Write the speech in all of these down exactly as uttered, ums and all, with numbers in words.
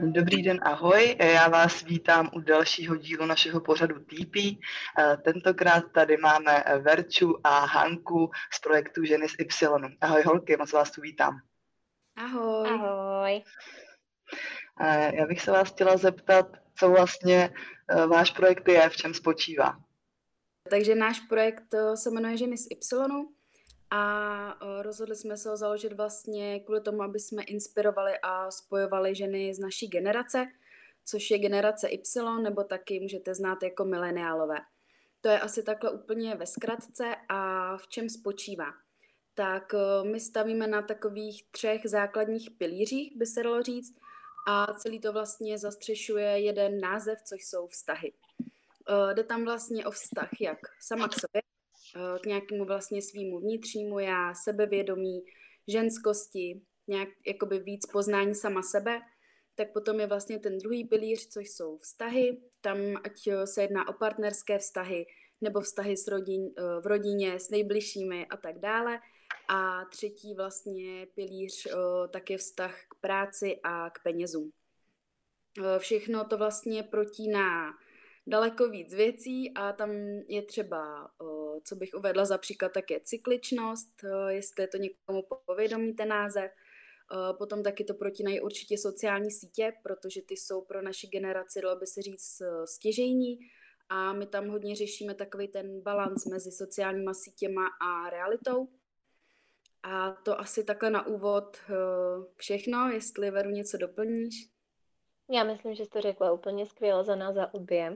Dobrý den, ahoj. Já vás vítám u dalšího dílu našeho pořadu T P. Tentokrát tady máme Verču a Hanku z projektu Ženy z Y. Ahoj holky, moc vás tu vítám. Ahoj. Ahoj. Já bych se vás chtěla zeptat, co vlastně váš projekt je, v čem spočívá. Takže náš projekt se jmenuje Ženy z Y a rozhodli jsme se ho založit vlastně kvůli tomu, aby jsme inspirovali a spojovali ženy z naší generace, což je generace Y, nebo taky můžete znát jako mileniálové. To je asi takhle úplně ve zkratce a v čem spočívá. Tak my stavíme na takových třech základních pilířích, by se dalo říct, a celý to vlastně zastřešuje jeden název, což jsou vztahy. Jde tam vlastně o vztah jak sama k sobě, k nějakému vlastně svýmu vnitřnímu já, sebevědomí, ženskosti, nějak jakoby víc poznání sama sebe, tak potom je vlastně ten druhý pilíř, což jsou vztahy, tam ať se jedná o partnerské vztahy, nebo vztahy s rodin, v rodině, s nejbližšími a tak dále. A třetí vlastně pilíř tak je vztah k práci a k penězům. Všechno to vlastně protíná daleko víc věcí a tam je třeba, co bych uvedla za příklad, tak je cykličnost, jestli je to někomu povědomí ten název. Potom taky to protínají určitě sociální sítě, protože ty jsou pro naši generaci, dalo by se říct, stěžejní a my tam hodně řešíme takový ten balans mezi sociálníma sítěma a realitou. A to asi takhle na úvod všechno, jestli Veru něco doplníš. Já myslím, že jsi to řekla úplně skvěle za nás za obě.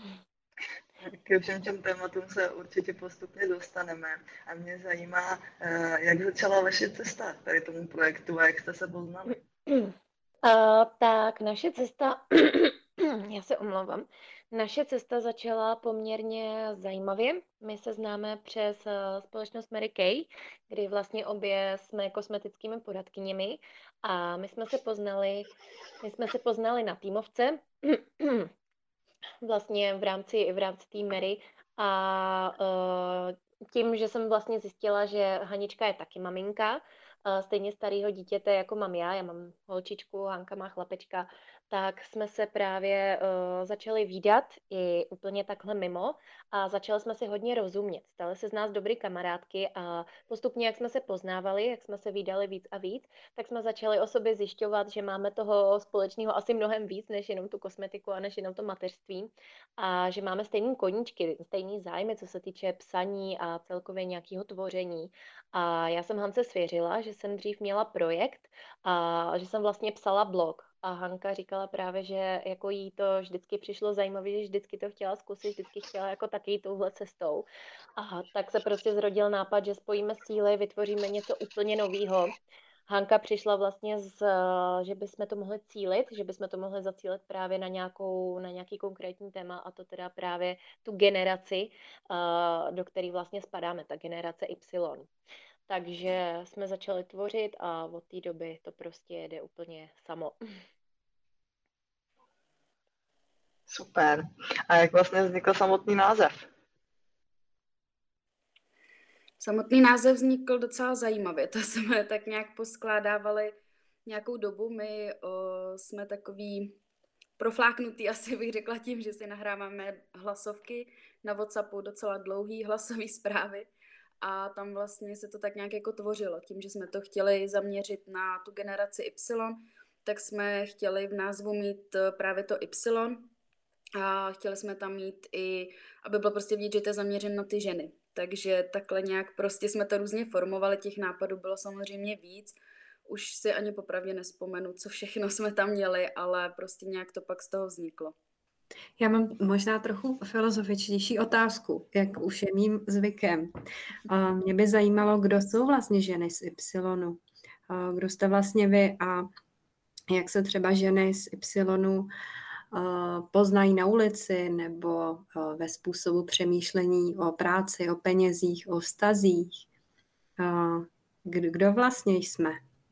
Ke všem těm tématům se určitě postupně dostaneme. A mě zajímá, jak začala vaše cesta tady tomu projektu a jak jste se poznali. Uh, tak naše cesta, já se omlouvám, naše cesta začala poměrně zajímavě. My se známe přes uh, společnost Mary Kay, kdy vlastně obě jsme kosmetickými poradkyněmi a my jsme se poznali, my jsme se poznali na týmovce, vlastně v rámci, v rámci té Mary a uh, tím, že jsem vlastně zjistila, že Hanička je taky maminka, uh, stejně starého dítěte jako mám já, já mám holčičku, Hanka má chlapečka, tak jsme se právě uh, začali vídat i úplně takhle mimo a začali jsme si hodně rozumět. Staly se z nás dobrý kamarádky a postupně, jak jsme se poznávali, jak jsme se vídali víc a víc, tak jsme začali o sobě zjišťovat, že máme toho společného asi mnohem víc, než jenom tu kosmetiku a než jenom to mateřství a že máme stejný koníčky, stejný zájmy, co se týče psaní a celkově nějakého tvoření. A já jsem Hance svěřila, že jsem dřív měla projekt a že jsem vlastně psala blog. A Hanka říkala právě, že jako jí to vždycky přišlo zajímavé, že vždycky to chtěla zkusit, vždycky chtěla jako taky jít touhle cestou. A tak se prostě zrodil nápad, že spojíme síly, vytvoříme něco úplně nového. Hanka přišla vlastně, z, že bychom to mohli cílit, že bychom to mohli zacílit právě na, nějakou, na nějaký konkrétní téma a to teda právě tu generaci, do které vlastně spadáme, ta generace Y. Takže jsme začali tvořit a od té doby to prostě jede úplně samo. Super. A jak vlastně vznikl samotný název? Samotný název vznikl docela zajímavě. To jsme tak nějak poskládávali nějakou dobu. My o, jsme takový profláknutý, asi bych řekla tím, že si nahráváme hlasovky na WhatsAppu, docela dlouhý hlasové zprávy. A tam vlastně se to tak nějak jako tvořilo. Tím, že jsme to chtěli zaměřit na tu generaci Y, tak jsme chtěli v názvu mít právě to Y a chtěli jsme tam mít i, aby bylo prostě vidět, že to je zaměřen na ty ženy. Takže takhle nějak prostě jsme to různě formovali, těch nápadů bylo samozřejmě víc. Už si ani popravdě nespomenu, co všechno jsme tam měli, ale prostě nějak to pak z toho vzniklo. Já mám možná trochu filozofičtější otázku, jak už je mým zvykem. Mě by zajímalo, kdo jsou vlastně ženy z Y. Kdo jste vlastně vy a jak se třeba ženy z Y poznají na ulici nebo ve způsobu přemýšlení o práci, o penězích, o vztazích. Kdo vlastně jsme?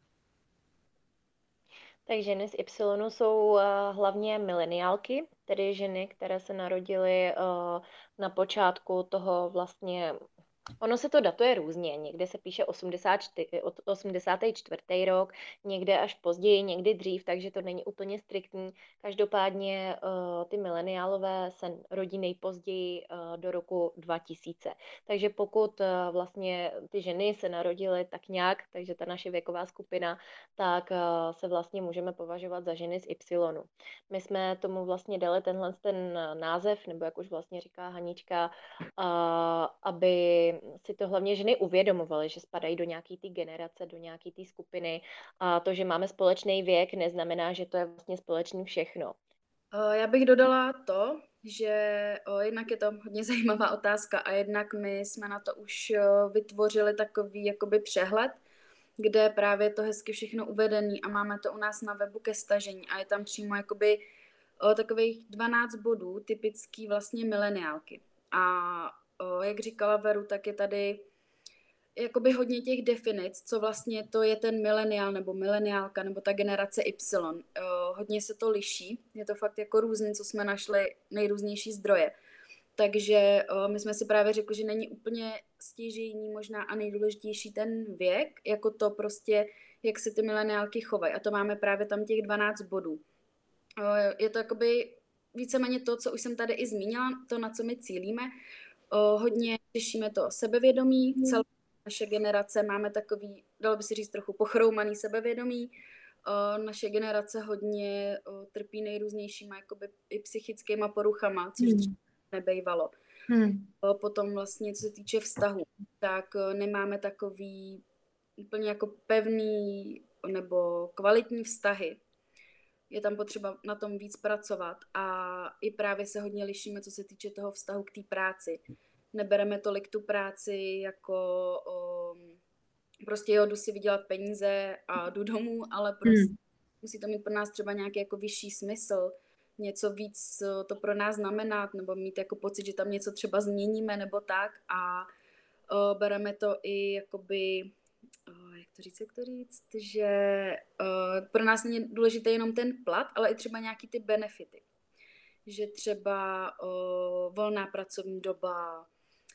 Tak ženy z Y jsou hlavně mileniálky, tedy ženy, které se narodily na počátku toho vlastně Ono se to datuje různě. Někde se píše osmdesát čtyři, od osmdesátý čtvrtý rok, někde až později, někdy dřív, takže to není úplně striktní. Každopádně uh, ty mileniálové se rodí nejpozději uh, do roku dva tisíce. Takže pokud uh, vlastně ty ženy se narodily tak nějak, takže ta naše věková skupina, tak uh, se vlastně můžeme považovat za ženy z Y. My jsme tomu vlastně dali tenhle ten název, nebo jak už vlastně říká Hanička, uh, aby si to hlavně ženy uvědomovaly, že spadají do nějaké té generace, do nějaké té skupiny. A to, že máme společný věk, neznamená, že to je vlastně společný všechno. Já bych dodala to, že jednak je to hodně zajímavá otázka a jednak my jsme na to už vytvořili takový jakoby přehled, kde je právě to hezky všechno uvedený a máme to u nás na webu ke stažení a je tam přímo jakoby takových dvanáct bodů typický vlastně mileniálky. A O, jak říkala Veru, tak je tady jakoby hodně těch definic, co vlastně to je ten mileniál nebo mileniálka nebo ta generace Y. O, hodně se to liší, je to fakt jako různý, co jsme našli nejrůznější zdroje. Takže o, my jsme si právě řekli, že není úplně stěžejní možná a nejdůležitější ten věk, jako to prostě, jak se ty mileniálky chovají. A to máme právě tam těch dvanáct bodů. O, je to jakoby víceméně to, co už jsem tady i zmínila, to, na co my cílíme. O, hodně řešíme to sebevědomí, celá naše generace máme takový, dalo by se říct, trochu pochroumaný sebevědomí. O, naše generace hodně o, trpí nejrůznějšíma jakoby i psychickýma poruchama, což hmm. nebejvalo. Hmm. O, potom vlastně, co se týče vztahu, tak o, nemáme takový úplně jako pevný nebo kvalitní vztahy. Je tam potřeba na tom víc pracovat a i právě se hodně lišíme, co se týče toho vztahu k té práci. Nebereme tolik tu práci jako o, prostě jo, jdu si vydělat peníze a jdu domů, ale prostě hmm. musí to mít pro nás třeba nějaký jako vyšší smysl, něco víc to pro nás znamenat, nebo mít jako pocit, že tam něco třeba změníme nebo tak a o, bereme to i jakoby... jak to říct, jak to říct, že uh, pro nás není důležitý jenom ten plat, ale i třeba nějaký ty benefity. Že třeba uh, volná pracovní doba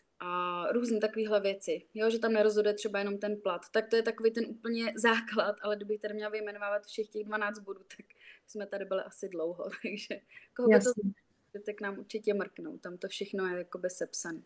a různé takovéhle věci. Jo, že tam nerozhoduje třeba jenom ten plat. Tak to je takový ten úplně základ, ale kdybych tady měla vyjmenovávat všech těch dvanáct bodů, tak jsme tady byli asi dlouho. Takže koho by to tak k nám určitě mrknou. Tam to všechno je jakoby sepsané.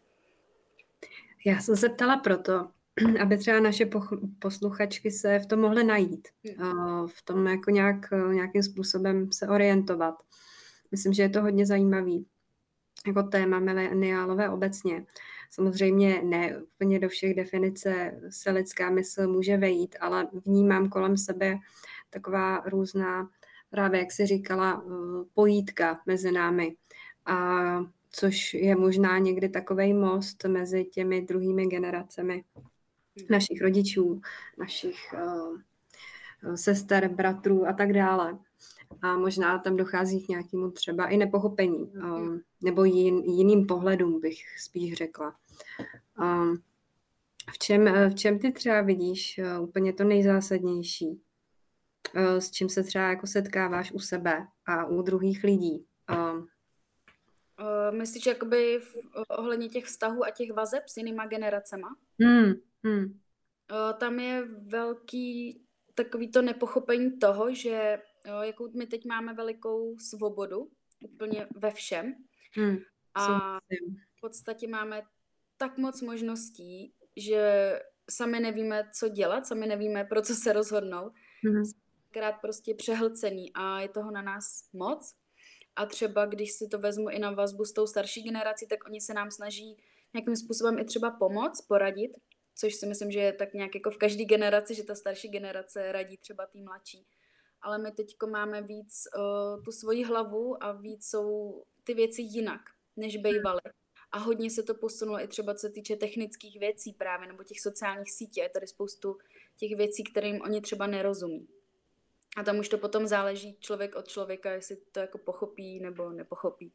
Já jsem se ptala proto, aby třeba naše posluchačky se v tom mohly najít, v tom jako nějak, nějakým způsobem se orientovat. Myslím, že je to hodně zajímavý jako téma mileniálové obecně. Samozřejmě ne úplně do všech definice se lidská mysl může vejít, ale vnímám kolem sebe taková různá, právě jak jsi říkala, pojítka mezi námi. A což je možná někdy takovej most mezi těmi druhými generacemi našich rodičů, našich uh, sester, bratrů a tak dále. A možná tam dochází k nějakému třeba i nepochopení, um, nebo jin, jiným pohledům, bych spíš řekla. Um, v, čem, v čem ty třeba vidíš uh, úplně to nejzásadnější? Uh, s čím se třeba jako setkáváš u sebe a u druhých lidí? Um, uh, myslíš, že jakoby v, ohledně těch vztahů a těch vazeb s jinýma generacema? Hmm. Hmm. Tam je velký takový to nepochopení toho, že jakou my teď máme velikou svobodu úplně ve všem hmm. a v podstatě máme tak moc možností, že sami nevíme, co dělat, sami nevíme, pro co se rozhodnout. Hmm. Krát prostě přehlcený a je toho na nás moc. A třeba když si to vezmu i na vazbu s tou starší generací, tak oni se nám snaží nějakým způsobem i třeba pomoct, poradit, což si myslím, že je tak nějak jako v každé generaci, že ta starší generace radí třeba tý mladší. Ale my teďko máme víc uh, tu svoji hlavu a víc jsou ty věci jinak, než bývaly. A hodně se to posunulo i třeba co se týče technických věcí právě, nebo těch sociálních sítí. Je tady spoustu těch věcí, kterým oni třeba nerozumí. A tam už to potom záleží člověk od člověka, jestli to jako pochopí nebo nepochopí.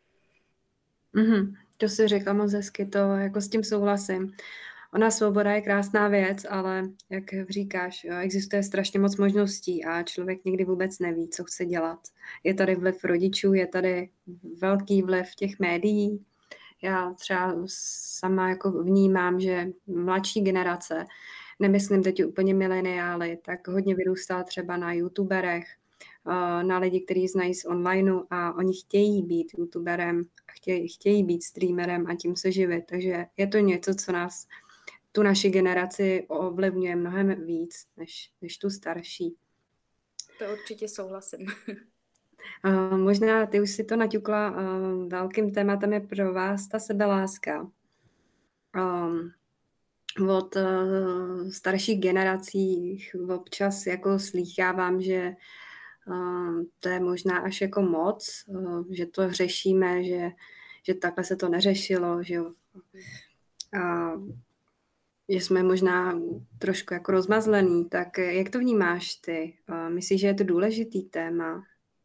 Mm-hmm. To si řekla moc hezky, to jako s tím souhlasím. Ona svoboda je krásná věc, ale jak říkáš, existuje strašně moc možností a člověk někdy vůbec neví, co chce dělat. Je tady vliv rodičů, je tady velký vliv těch médií, Já třeba sama jako vnímám, že mladší generace, nemyslím teď úplně mileniály, tak hodně vyrůstá třeba na youtuberech, na lidi, kteří znají z onlineu a oni chtějí být youtuberem, chtějí, chtějí být streamerem a tím se živit. Takže je to něco, co nás, tu naši generaci ovlivňuje mnohem víc než, než tu starší. To určitě souhlasím. Uh, možná ty už si to naťukla, uh, velkým tématem je pro vás ta sebeláska. Um, od uh, starších generací občas jako slýchávám, že uh, to je možná až jako moc, uh, že to řešíme, že, že takhle se to neřešilo, že jo. A že jsme možná trošku jako rozmazlený, tak jak to vnímáš ty? Uh, myslíš, že je to důležitý téma?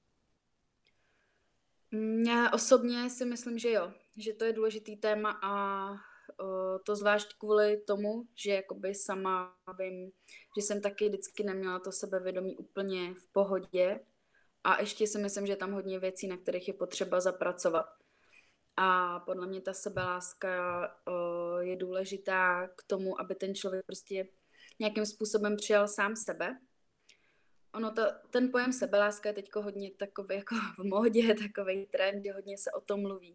Já osobně si myslím, že jo, že to je důležitý téma a uh, to zvlášť kvůli tomu, že jakoby sama vím, že jsem taky vždycky neměla to sebevědomí úplně v pohodě a ještě si myslím, že je tam hodně věcí, na kterých je potřeba zapracovat. A podle mě ta sebeláska uh, je důležitá k tomu, aby ten člověk prostě nějakým způsobem přijal sám sebe. Ono to, ten pojem sebeláska je teď hodně takový jako v módě, takový trend, že hodně se o tom mluví.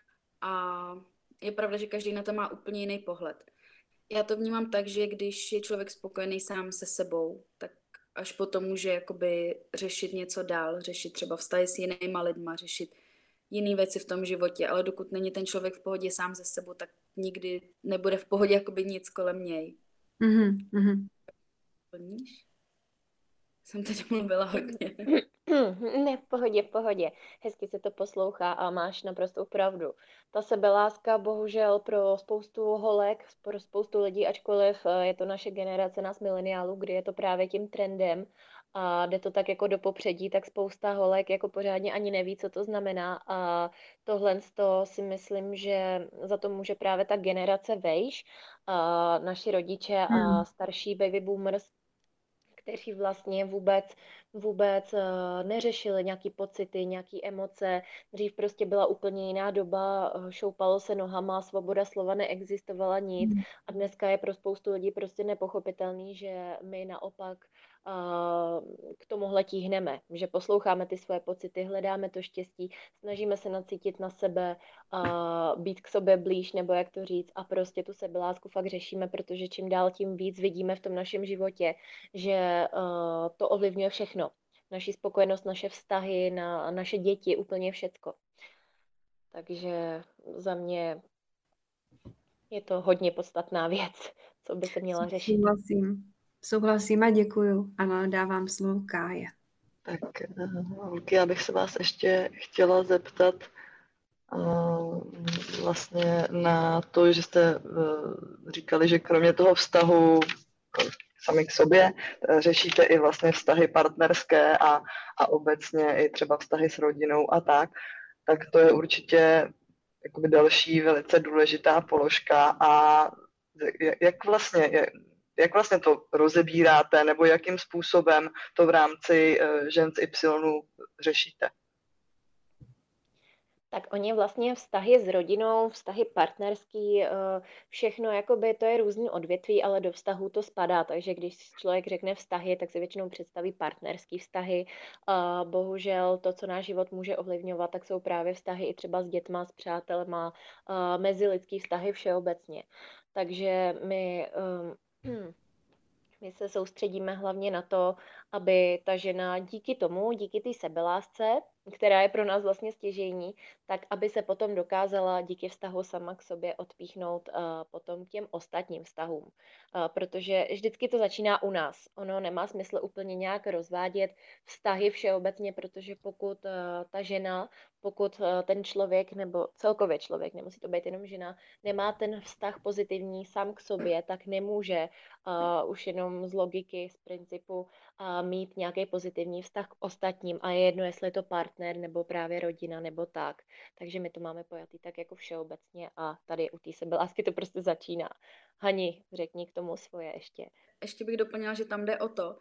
A je pravda, že každý na to má úplně jiný pohled. Já to vnímám tak, že když je člověk spokojený sám se sebou, tak až potom může jakoby řešit něco dál, řešit třeba vztahy s jinýma lidma, řešit jiné věci v tom životě, ale dokud není ten člověk v pohodě sám se sebou, tak nikdy nebude v pohodě jakoby nic kolem něj. Mm-hmm. Plníš? Jsem teď mluvila hodně. Ne, v pohodě, v pohodě. Hezky se to poslouchá a máš naprostou pravdu. Ta sebeláska bohužel pro spoustu holek, pro spoustu lidí, ačkoliv je to naše generace nás mileniálů, kdy je to právě tím trendem a jde to tak jako do popředí, tak spousta holek jako pořádně ani neví, co to znamená a tohle to si myslím, že za to může právě ta generace vejš, a naši rodiče a starší baby boomers, kteří vlastně vůbec, vůbec uh, neřešili nějaký pocity, nějaký emoce. Dřív prostě byla úplně jiná doba, šoupalo se nohama, svoboda slova neexistovala nic a dneska je pro spoustu lidí prostě nepochopitelný, že my naopak uh, k tomuhle tíhneme, že posloucháme ty svoje pocity, hledáme to štěstí, snažíme se nacítit na sebe, uh, být k sobě blíž, nebo jak to říct, a prostě tu sebelásku fakt řešíme, protože čím dál tím víc vidíme v tom našem životě, že uh, to ovlivňuje všechno. Naši spokojenost, naše vztahy, na naše děti, úplně všecko. Takže za mě je to hodně podstatná věc, co by se měla řešit. Souhlasím. Souhlasím a děkuju. Ano, dávám slovo Káje. Tak, holky, já bych se vás ještě chtěla zeptat uh, vlastně na to, že jste uh, říkali, že kromě toho vztahu sami k sobě řešíte i vlastně vztahy partnerské a, a obecně i třeba vztahy s rodinou a tak, tak to je určitě jakoby další velice důležitá položka. A jak vlastně, jak vlastně to rozebíráte, nebo jakým způsobem to v rámci Žen z Y řešíte? Tak oni vlastně vztahy s rodinou, vztahy partnerský, všechno, jakoby to je různý odvětví, ale do vztahu to spadá, takže když člověk řekne vztahy, tak si většinou představí partnerský vztahy. Bohužel to, co náš život může ovlivňovat, tak jsou právě vztahy i třeba s dětma, s přátelema, mezilidský vztahy všeobecně. Takže my... Um, My se soustředíme hlavně na to, aby ta žena díky tomu, díky té sebelásce, která je pro nás vlastně stěžejní, tak aby se potom dokázala díky vztahu sama k sobě odpíchnout uh, potom k těm ostatním vztahům. Uh, protože vždycky to začíná u nás. Ono nemá smysl úplně nějak rozvádět vztahy všeobecně, protože pokud uh, ta žena, pokud uh, ten člověk, nebo celkově člověk, nemusí to být jenom žena, nemá ten vztah pozitivní sám k sobě, tak nemůže uh, už jenom z logiky, z principu uh, mít nějaký pozitivní vztah k ostatním a je jedno, jestli je to partner nebo právě rodina nebo tak. Takže my to máme pojatý tak jako všeobecně a tady u té sebelásky to prostě začíná. Hani, řekni k tomu svoje ještě. Ještě bych doplnila, že tam jde o to,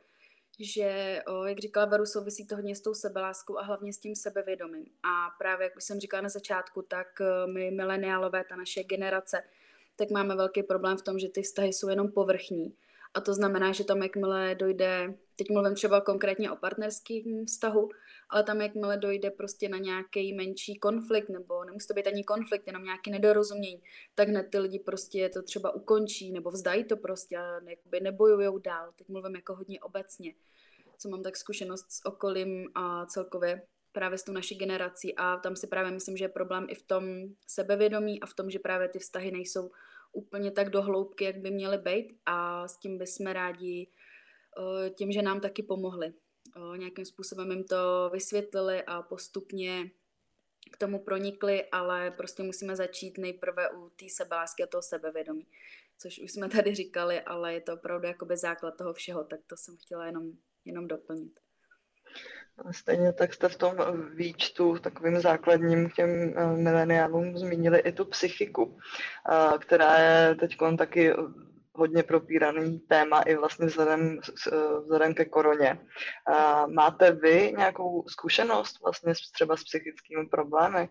že, o, jak říkala Veru, souvisí to hodně s tou sebeláskou a hlavně s tím sebevědomím. A právě, jak už jsem říkala na začátku, tak my mileniálové, ta naše generace, tak máme velký problém v tom, že ty vztahy jsou jenom povrchní. A to znamená, že tam jakmile dojde, teď mluvím třeba konkrétně o partnerském vztahu, ale tam jakmile dojde prostě na nějaký menší konflikt, nebo nemusí to být ani konflikt, jenom nějaký nedorozumění, tak hned ty lidi prostě to třeba ukončí, nebo vzdají to prostě a jakoby nebojujou dál. Teď mluvím jako hodně obecně, co mám tak zkušenost s okolím a celkově právě s tou naší generací a tam si právě myslím, že je problém i v tom sebevědomí a v tom, že právě ty vztahy nejsou úplně tak do hloubky, jak by měly být a s tím bychom rádi tím, že nám taky pomohli. Nějakým způsobem jim to vysvětlili a postupně k tomu pronikli, ale prostě musíme začít nejprve u té sebelásky a toho sebevědomí, což už jsme tady říkali, ale je to opravdu jakoby základ toho všeho, tak to jsem chtěla jenom, jenom doplnit. Stejně tak jste v tom výčtu takovým základním k těm mileniálům zmínili i tu psychiku, která je teď taky hodně propíraný téma i vlastně vzhledem, vzhledem ke koroně. Máte vy nějakou zkušenost vlastně třeba s psychickými problémy?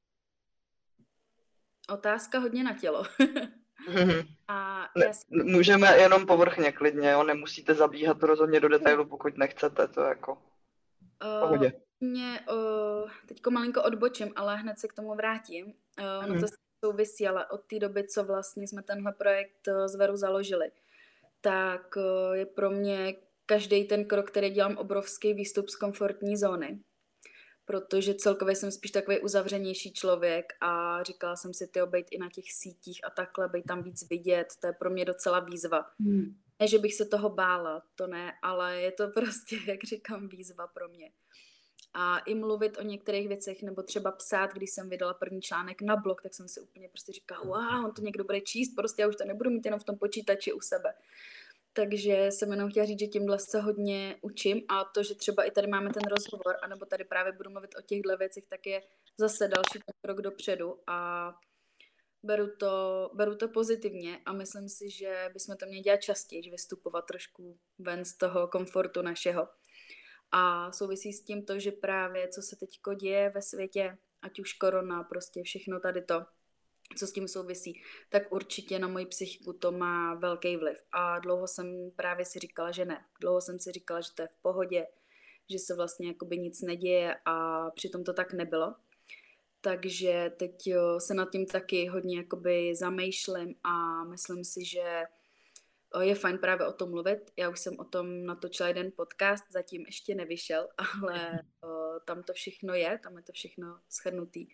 Otázka hodně na tělo. A ne, si... Můžeme jenom povrchně klidně, jo? Nemusíte zabíhat rozhodně do detailu, pokud nechcete, to jako v pohodě. Uh, mě uh, teďko malinko odbočím, ale hned se k tomu vrátím. Uh, ono to souvisí, ale od té doby, co vlastně jsme tenhle projekt uh, s Veru založili, tak uh, je pro mě každý ten krok, který dělám, obrovský výstup z komfortní zóny. Protože celkově jsem spíš takový uzavřenější člověk a říkala jsem si, ty obejít i na těch sítích a takhle, být tam víc vidět, to je pro mě docela výzva. Hmm. Ne, že bych se toho bála, to ne, ale je to prostě, jak říkám, výzva pro mě. A i mluvit o některých věcech, nebo třeba psát, když jsem vydala první článek na blog, tak jsem si úplně prostě říkala, wow, on to někdo bude číst, prostě já už to nebudu mít jenom v tom počítači u sebe. Takže jsem jenom chtěla říct, že tímhle se hodně učím a to, že třeba i tady máme ten rozhovor, anebo tady právě budu mluvit o těchto věcech, tak je zase další krok dopředu a beru to, beru to pozitivně a myslím si, že bychom to měli dělat častěji, vystupovat trošku ven z toho komfortu našeho. A souvisí s tím to, že právě co se teďko děje ve světě, ať už korona, prostě všechno tady to, co s tím souvisí, tak určitě na moji psychiku to má velký vliv. A dlouho jsem právě si říkala, že ne. Dlouho jsem si říkala, že to je v pohodě, že se vlastně jakoby nic neděje a přitom to tak nebylo. Takže teď se nad tím taky hodně jakoby zamýšlím a myslím si, že je fajn právě o tom mluvit. Já už jsem o tom natočila jeden podcast, zatím ještě nevyšel, ale tam to všechno je, tam je to všechno shrnutý.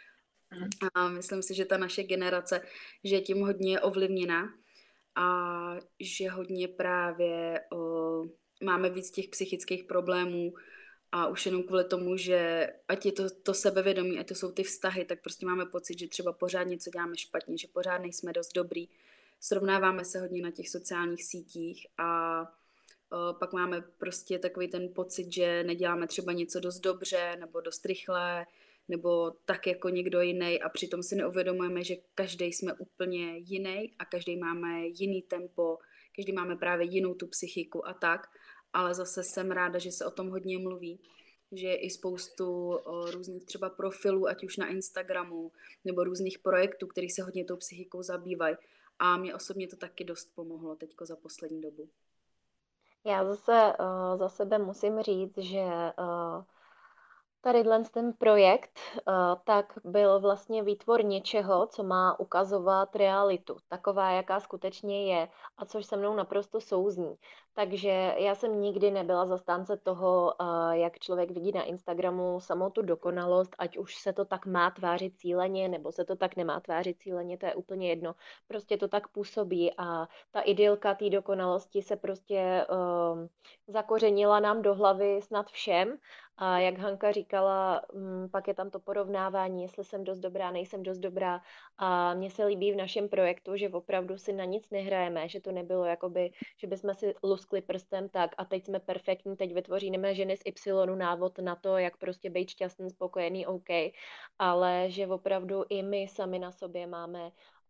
A myslím si, že ta naše generace, že je tím hodně ovlivněná a že hodně právě o, máme víc těch psychických problémů a už jenom kvůli tomu, že ať je to, to sebevědomí, ať to jsou ty vztahy, tak prostě máme pocit, že třeba pořád něco děláme špatně, že pořád nejsme dost dobrý. Srovnáváme se hodně na těch sociálních sítích a o, pak máme prostě takový ten pocit, že neděláme třeba něco dost dobře nebo dost rychle, nebo tak jako někdo jiný a přitom si neuvědomujeme, že každý jsme úplně jiný a každý máme jiný tempo, každý máme právě jinou tu psychiku a tak, ale zase jsem ráda, že se o tom hodně mluví, že je i spoustu o, různých třeba profilů, ať už na Instagramu, nebo různých projektů, který se hodně tou psychikou zabývají a mě osobně to taky dost pomohlo teďko za poslední dobu. Já zase uh, za sebe musím říct, že uh, Tady ten projekt uh, tak byl vlastně výtvor něčeho, co má ukazovat realitu, taková, jaká skutečně je a což se mnou naprosto souzní. Takže já jsem nikdy nebyla zastánce toho, uh, jak člověk vidí na Instagramu samou tu dokonalost, ať už se to tak má tvářit cíleně, nebo se to tak nemá tvářit cíleně, to je úplně jedno. Prostě to tak působí a ta idylka té dokonalosti se prostě uh, zakořenila nám do hlavy snad všem. A jak Hanka říkala, pak je tam to porovnávání, jestli jsem dost dobrá, nejsem dost dobrá. A mně se líbí v našem projektu, že opravdu si na nic nehrajeme, že to nebylo jakoby, že bychom si luskli prstem tak a teď jsme perfektní, teď vytvoříme ženy z Y návod na to, jak prostě být šťastný, spokojený, OK. Ale že opravdu i my sami na sobě máme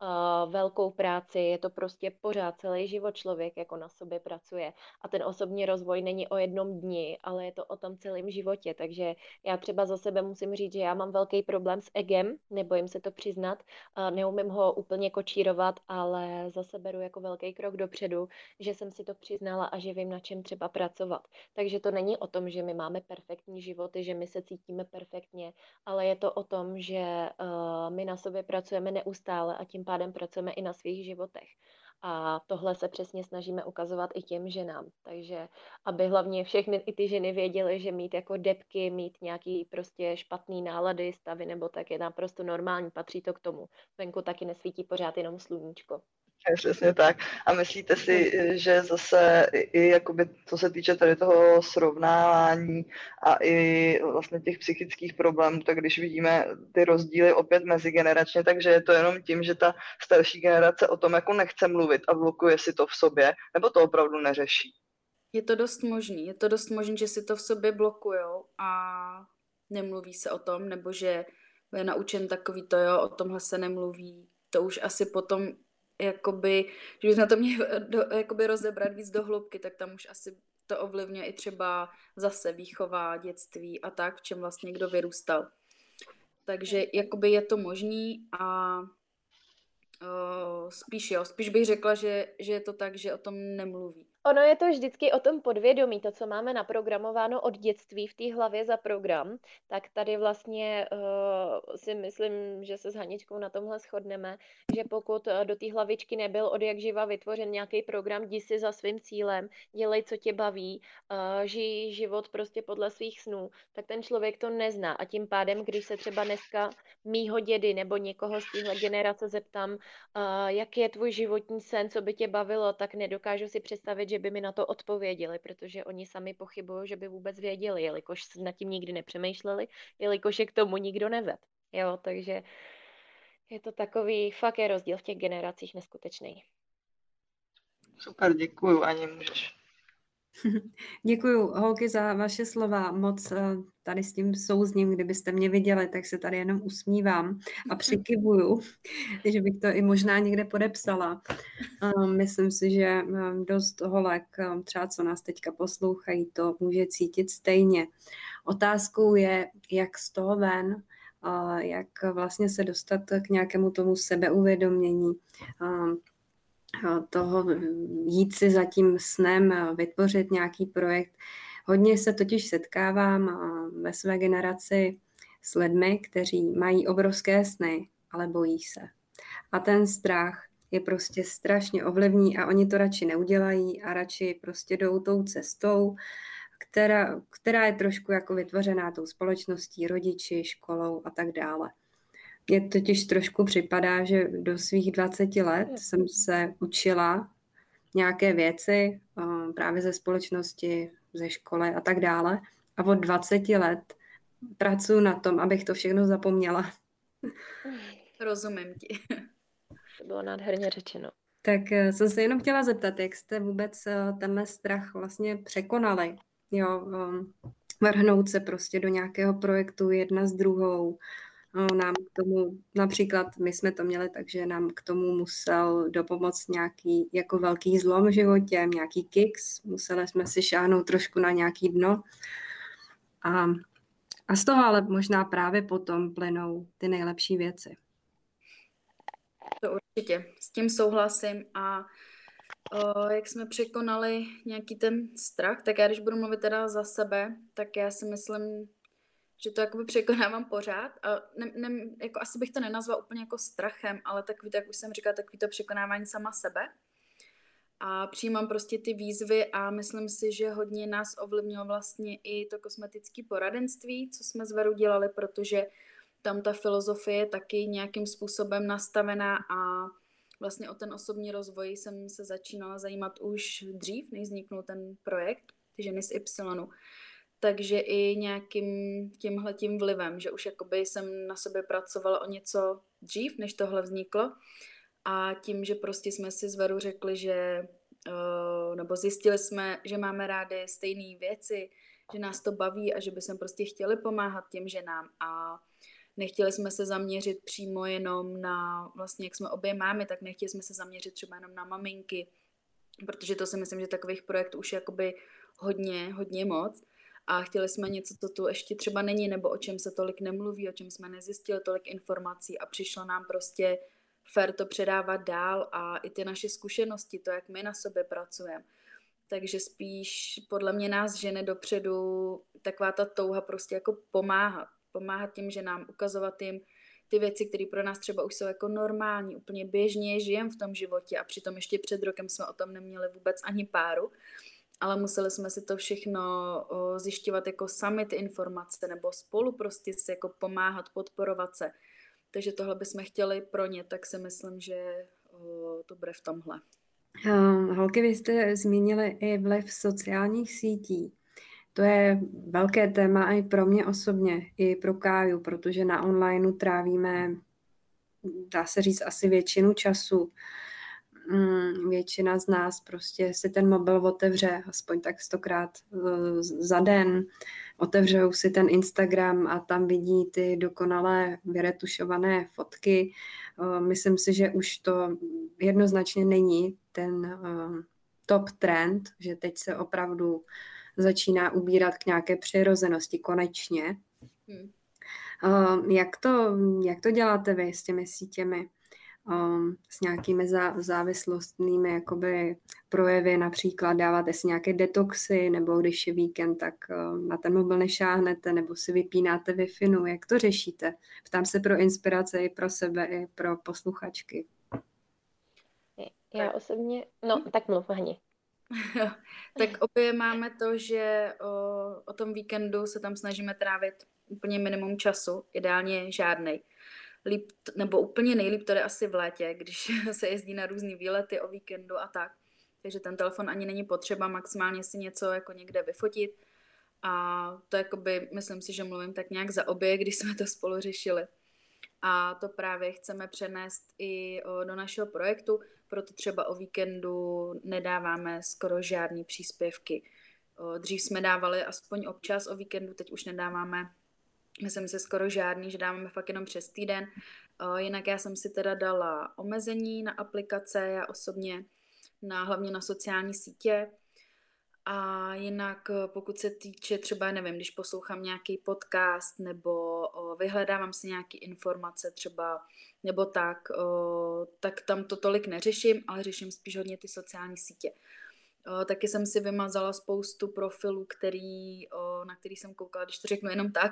uh, velkou práci, je to prostě pořád celý život člověk jako na sobě pracuje a ten osobní rozvoj není o jednom dni, ale je to o tom celém životě, takže já třeba za sebe musím říct, že já mám velký problém s egem, nebojím se to přiznat, uh, neumím ho úplně kočírovat, ale zase beru jako velký krok dopředu, že jsem si to přiznala a že vím, na čem třeba pracovat. Takže to není o tom, že my máme perfektní životy, že my se cítíme perfektně, ale je to o tom, že uh, my na sobě pracujeme neustále a tím pádem pracujeme i na svých životech. A tohle se přesně snažíme ukazovat i těm ženám. Takže aby hlavně všechny i ty ženy věděly, že mít jako depky, mít nějaký prostě špatný nálady, stavy nebo tak je naprosto normální, patří to k tomu. Venku taky nesvítí pořád jenom sluníčko. Je přesně tak. A myslíte si, že zase i, i jakoby, co se týče tady toho srovnávání a i vlastně těch psychických problémů, tak když vidíme ty rozdíly opět mezigeneračně, takže je to jenom tím, že ta starší generace o tom jako nechce mluvit a blokuje si to v sobě, nebo to opravdu neřeší? Je to dost možný. Je to dost možný, že si to v sobě blokujou a nemluví se o tom, nebo že je naučen takový to, jo, o tomhle se nemluví. To už asi potom jakoby, že bychom to měli do, jakoby rozebrat víc do hloubky, tak tam už asi to ovlivňuje i třeba zase výchova, dětství a tak, v čem vlastně kdo vyrůstal. Takže jakoby je to možný a uh, spíš jo, spíš bych řekla, že, že je to tak, že o tom nemluví. Ono je to vždycky o tom podvědomí, to, co máme naprogramováno od dětství v té hlavě za program, tak tady vlastně uh, si myslím, že se s Haničkou na tomhle shodneme, že pokud uh, do té hlavičky nebyl od jak živa vytvořen nějaký program, jdi si za svým cílem, dělej, co tě baví, uh, žij život prostě podle svých snů, tak ten člověk to nezná a tím pádem, když se třeba dneska mýho dědy nebo někoho z téhle generace zeptám, uh, jaký je tvůj životní sen, co by tě bavilo, tak nedokážu si představit, že by mi na to odpověděli, protože oni sami pochybují, že by vůbec věděli, jelikož nad tím nikdy nepřemýšleli, jelikož je k tomu nikdo neved. Jo, takže je to takový, fakt je rozdíl v těch generacích neskutečný. Super, děkuju, Ani, můžeš. Děkuju, holky, za vaše slova. Moc tady s tím souzním, kdybyste mě viděli, tak se tady jenom usmívám a přikivuju, že bych to i možná někde podepsala. Myslím si, že dost holek, třeba co nás teďka poslouchají, to může cítit stejně. Otázkou je, jak z toho ven, jak vlastně se dostat k nějakému tomu sebeuvědomění, toho jít si za tím snem, vytvořit nějaký projekt. Hodně se totiž setkávám ve své generaci s lidmi, kteří mají obrovské sny, ale bojí se. A ten strach je prostě strašně ovlivní a oni to radši neudělají a radši prostě jdou tou cestou, která, která je trošku jako vytvořená tou společností, rodiči, školou a tak dále. Mně totiž trošku připadá, že do svých dvaceti let jsem se učila nějaké věci právě ze společnosti, ze školy a tak dále. A od dvaceti let pracuji na tom, abych to všechno zapomněla. Rozumím ti. To bylo nádherně řečeno. Tak jsem se jenom chtěla zeptat, jak jste vůbec tenhle strach vlastně překonali. Jo, vrhnout se prostě do nějakého projektu jedna s druhou. Nám k tomu, například my jsme to měli, takže nám k tomu musel dopomoct nějaký jako velký zlom v životě, nějaký kiks, museli jsme si šáhnout trošku na nějaký dno a, a z toho ale možná právě potom plynou ty nejlepší věci. To určitě, s tím souhlasím a o, jak jsme překonali nějaký ten strach, tak já když budu mluvit teda za sebe, tak já si myslím, že to jakoby překonávám pořád a ne, ne, jako asi bych to nenazval úplně jako strachem, ale takový, tak už jsem říkala, takový to překonávání sama sebe a přijímám prostě ty výzvy a myslím si, že hodně nás ovlivnilo vlastně i to kosmetické poradenství, co jsme s Verou dělali, protože tam ta filozofie je taky nějakým způsobem nastavená a vlastně o ten osobní rozvoj jsem se začínala zajímat už dřív, než vzniknul ten projekt, ty ženy z Y. Takže i nějakým tímhletím vlivem, že už jakoby jsem na sobě pracovala o něco dřív, než tohle vzniklo. A tím, že prostě jsme si s Verou řekli, že, uh, nebo zjistili jsme, že máme rádi stejné věci, že nás to baví a že bychom prostě chtěli pomáhat těm ženám. A Nechtěli jsme se zaměřit přímo jenom na, vlastně jak jsme obě mámy, tak nechtěli jsme se zaměřit třeba jenom na maminky, protože to si myslím, že takových projektů už je jakoby hodně, hodně moc. A chtěli jsme něco, co tu ještě třeba není, nebo o čem se tolik nemluví, o čem jsme nezjistili tolik informací a přišlo nám prostě fér to předávat dál a i ty naše zkušenosti, to, jak my na sobě pracujeme. Takže spíš podle mě nás žene dopředu taková ta touha prostě jako pomáhat. Pomáhat tím, že nám ukazovat jim ty věci, které pro nás třeba už jsou jako normální, úplně běžně žijeme v tom životě a přitom ještě před rokem jsme o tom neměli vůbec ani páru, ale museli jsme si to všechno o, zjišťovat jako sami ty informace nebo spolu prostě si jako pomáhat, podporovat se. Takže tohle bychom chtěli pro ně, tak si myslím, že o, to bude v tomhle. Holky, vy jste zmínili i vliv sociálních sítí. To je velké téma i pro mě osobně, i pro Káju, protože na onlineu trávíme, dá se říct, asi většinu času. Většina z nás prostě si ten mobil otevře aspoň tak stokrát za den, otevřou si ten Instagram a tam vidí ty dokonalé vyretušované fotky. Myslím si, že už to jednoznačně není ten top trend, že teď se opravdu začíná ubírat k nějaké přirozenosti konečně. Hmm. Jak to, jak to děláte vy s těmi sítěmi? Um, s nějakými zá, závislostnými jakoby projevy, například dáváte si nějaké detoxy, nebo když je víkend, tak uh, na ten mobil nešáhnete, nebo si vypínáte Wi-Fi, jak to řešíte? Ptám se pro inspirace i pro sebe, i pro posluchačky. Já osobně, no tak mluv, Hani. Tak obě máme to, že o, o tom víkendu se tam snažíme trávit úplně minimum času, ideálně žádnej. Líp, nebo úplně nejlíp to jde asi v létě, když se jezdí na různý výlety o víkendu a tak. Takže ten telefon ani není potřeba, maximálně si něco jako někde vyfotit. A to jakoby, myslím si, že mluvím tak nějak za obě, když jsme to spolu řešili. A to právě chceme přenést i o, do našeho projektu, proto třeba o víkendu nedáváme skoro žádný příspěvky. O, dřív jsme dávali aspoň občas o víkendu, teď už nedáváme, myslím si, skoro žádný, že dáváme fakt jenom přes týden. O, jinak já jsem si teda dala omezení na aplikace, já osobně, na, hlavně na sociální sítě. A jinak pokud se týče třeba, nevím, když poslouchám nějaký podcast nebo o, vyhledávám si nějaké informace třeba, nebo tak, o, tak tam to tolik neřeším, ale řeším spíš hodně ty sociální sítě. O, taky jsem si vymazala spoustu profilů, který, o, na který jsem koukala, když to řeknu jenom tak.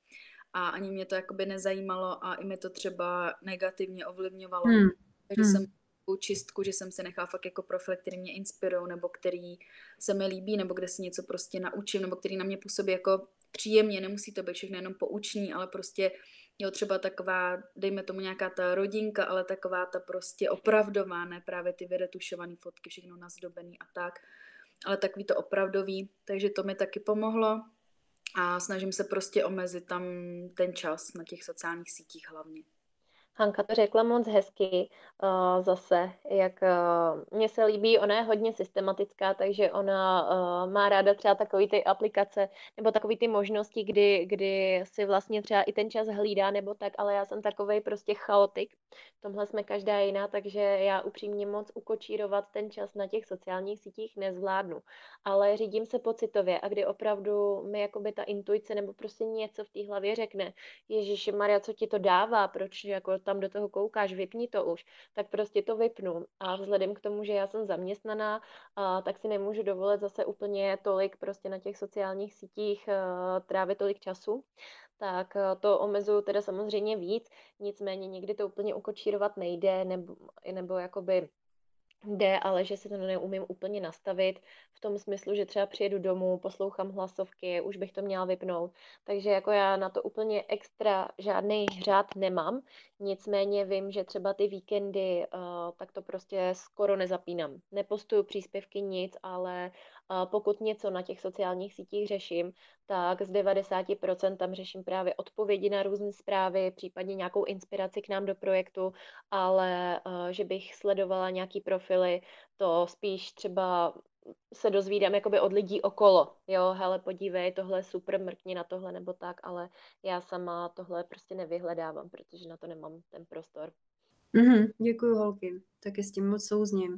A ani mě to jakoby nezajímalo a i mi to třeba negativně ovlivňovalo. Hmm. Takže hmm. jsem čistku, že jsem se nechala fakt jako profil, který mě inspirují, nebo který se mi líbí, nebo kde si něco prostě naučím, nebo který na mě působí jako příjemně, nemusí to být všechno jenom poučný, ale prostě jo, třeba taková, dejme tomu nějaká ta rodinka, ale taková ta prostě opravdová, ne právě ty vyretušované fotky, všechno nazdobený a tak, ale takový to opravdový, takže to mi taky pomohlo a snažím se prostě omezit tam ten čas na těch sociálních sítích hlavně. Hanka to řekla moc hezky uh, zase, jak uh, mně se líbí, ona je hodně systematická, takže ona uh, má ráda třeba takový ty aplikace nebo takový ty možnosti, kdy, kdy si vlastně třeba i ten čas hlídá nebo tak, ale já jsem takovej prostě chaotik. V tomhle jsme každá jiná, takže já upřímně moc ukočírovat ten čas na těch sociálních sítích nezvládnu. Ale řídím se pocitově a kdy opravdu mi jakoby ta intuice nebo prostě něco v té hlavě řekne, Ježiši Maria, co ti to dává, proč jako tam do toho koukáš, vypni to už, tak prostě to vypnu. A vzhledem k tomu, že já jsem zaměstnaná, a, tak si nemůžu dovolit zase úplně tolik prostě na těch sociálních sítích a, trávit tolik času, tak a, to omezuju teda samozřejmě víc, nicméně někdy to úplně ukočírovat nejde, nebo, nebo jakoby jde, ale že si to neumím úplně nastavit v tom smyslu, že třeba přijedu domů, poslouchám hlasovky, už bych to měla vypnout. Takže jako já na to úplně extra žádný řád nemám, nicméně vím, že třeba ty víkendy, uh, tak to prostě skoro nezapínám. Nepostuju příspěvky nic, ale uh, pokud něco na těch sociálních sítích řeším, tak z devadesát procent tam řeším právě odpovědi na různé zprávy, případně nějakou inspiraci k nám do projektu, ale uh, že bych sledovala nějaký profily, to spíš třeba se dozvídám jakoby od lidí okolo, jo, hele, podívej, tohle je super, mrkni na tohle nebo tak, ale já sama tohle prostě nevyhledávám, protože na to nemám ten prostor. Mm-hmm, děkuju, holky, taky s tím moc souzním.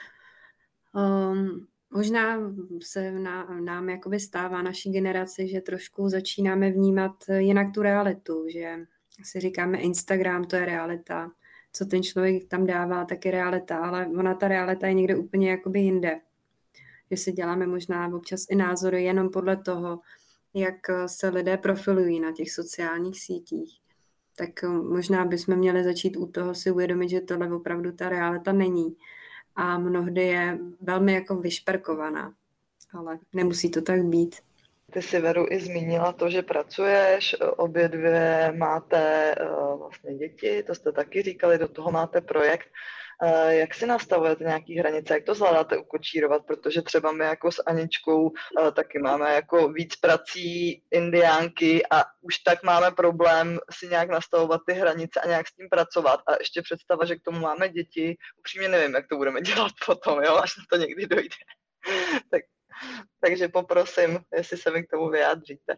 Um, možná se na, nám jakoby stává naší generaci, že trošku začínáme vnímat jinak tu realitu, že si říkáme Instagram, to je realita, co ten člověk tam dává, tak je realita, ale ona ta realita je někde úplně jakoby jinde. Že si děláme možná občas i názory jenom podle toho, jak se lidé profilují na těch sociálních sítích. Tak možná bychom měli začít u toho si uvědomit, že tohle opravdu ta realita není. A mnohdy je velmi jako vyšperkovaná, ale nemusí to tak být. Ty si, Veru, i zmínila to, že pracuješ, obě dvě máte uh, vlastně děti, to jste taky říkali, do toho máte projekt. Uh, jak si nastavujete nějaký hranice, jak to zvládáte ukočírovat, protože třeba my jako s Aničkou uh, taky máme jako víc prací indiánky a už tak máme problém si nějak nastavovat ty hranice a nějak s tím pracovat a ještě představa, že k tomu máme děti, upřímně nevím, jak to budeme dělat potom, jo, až na to někdy dojde. tak Takže poprosím, jestli se mi k tomu vyjádříte.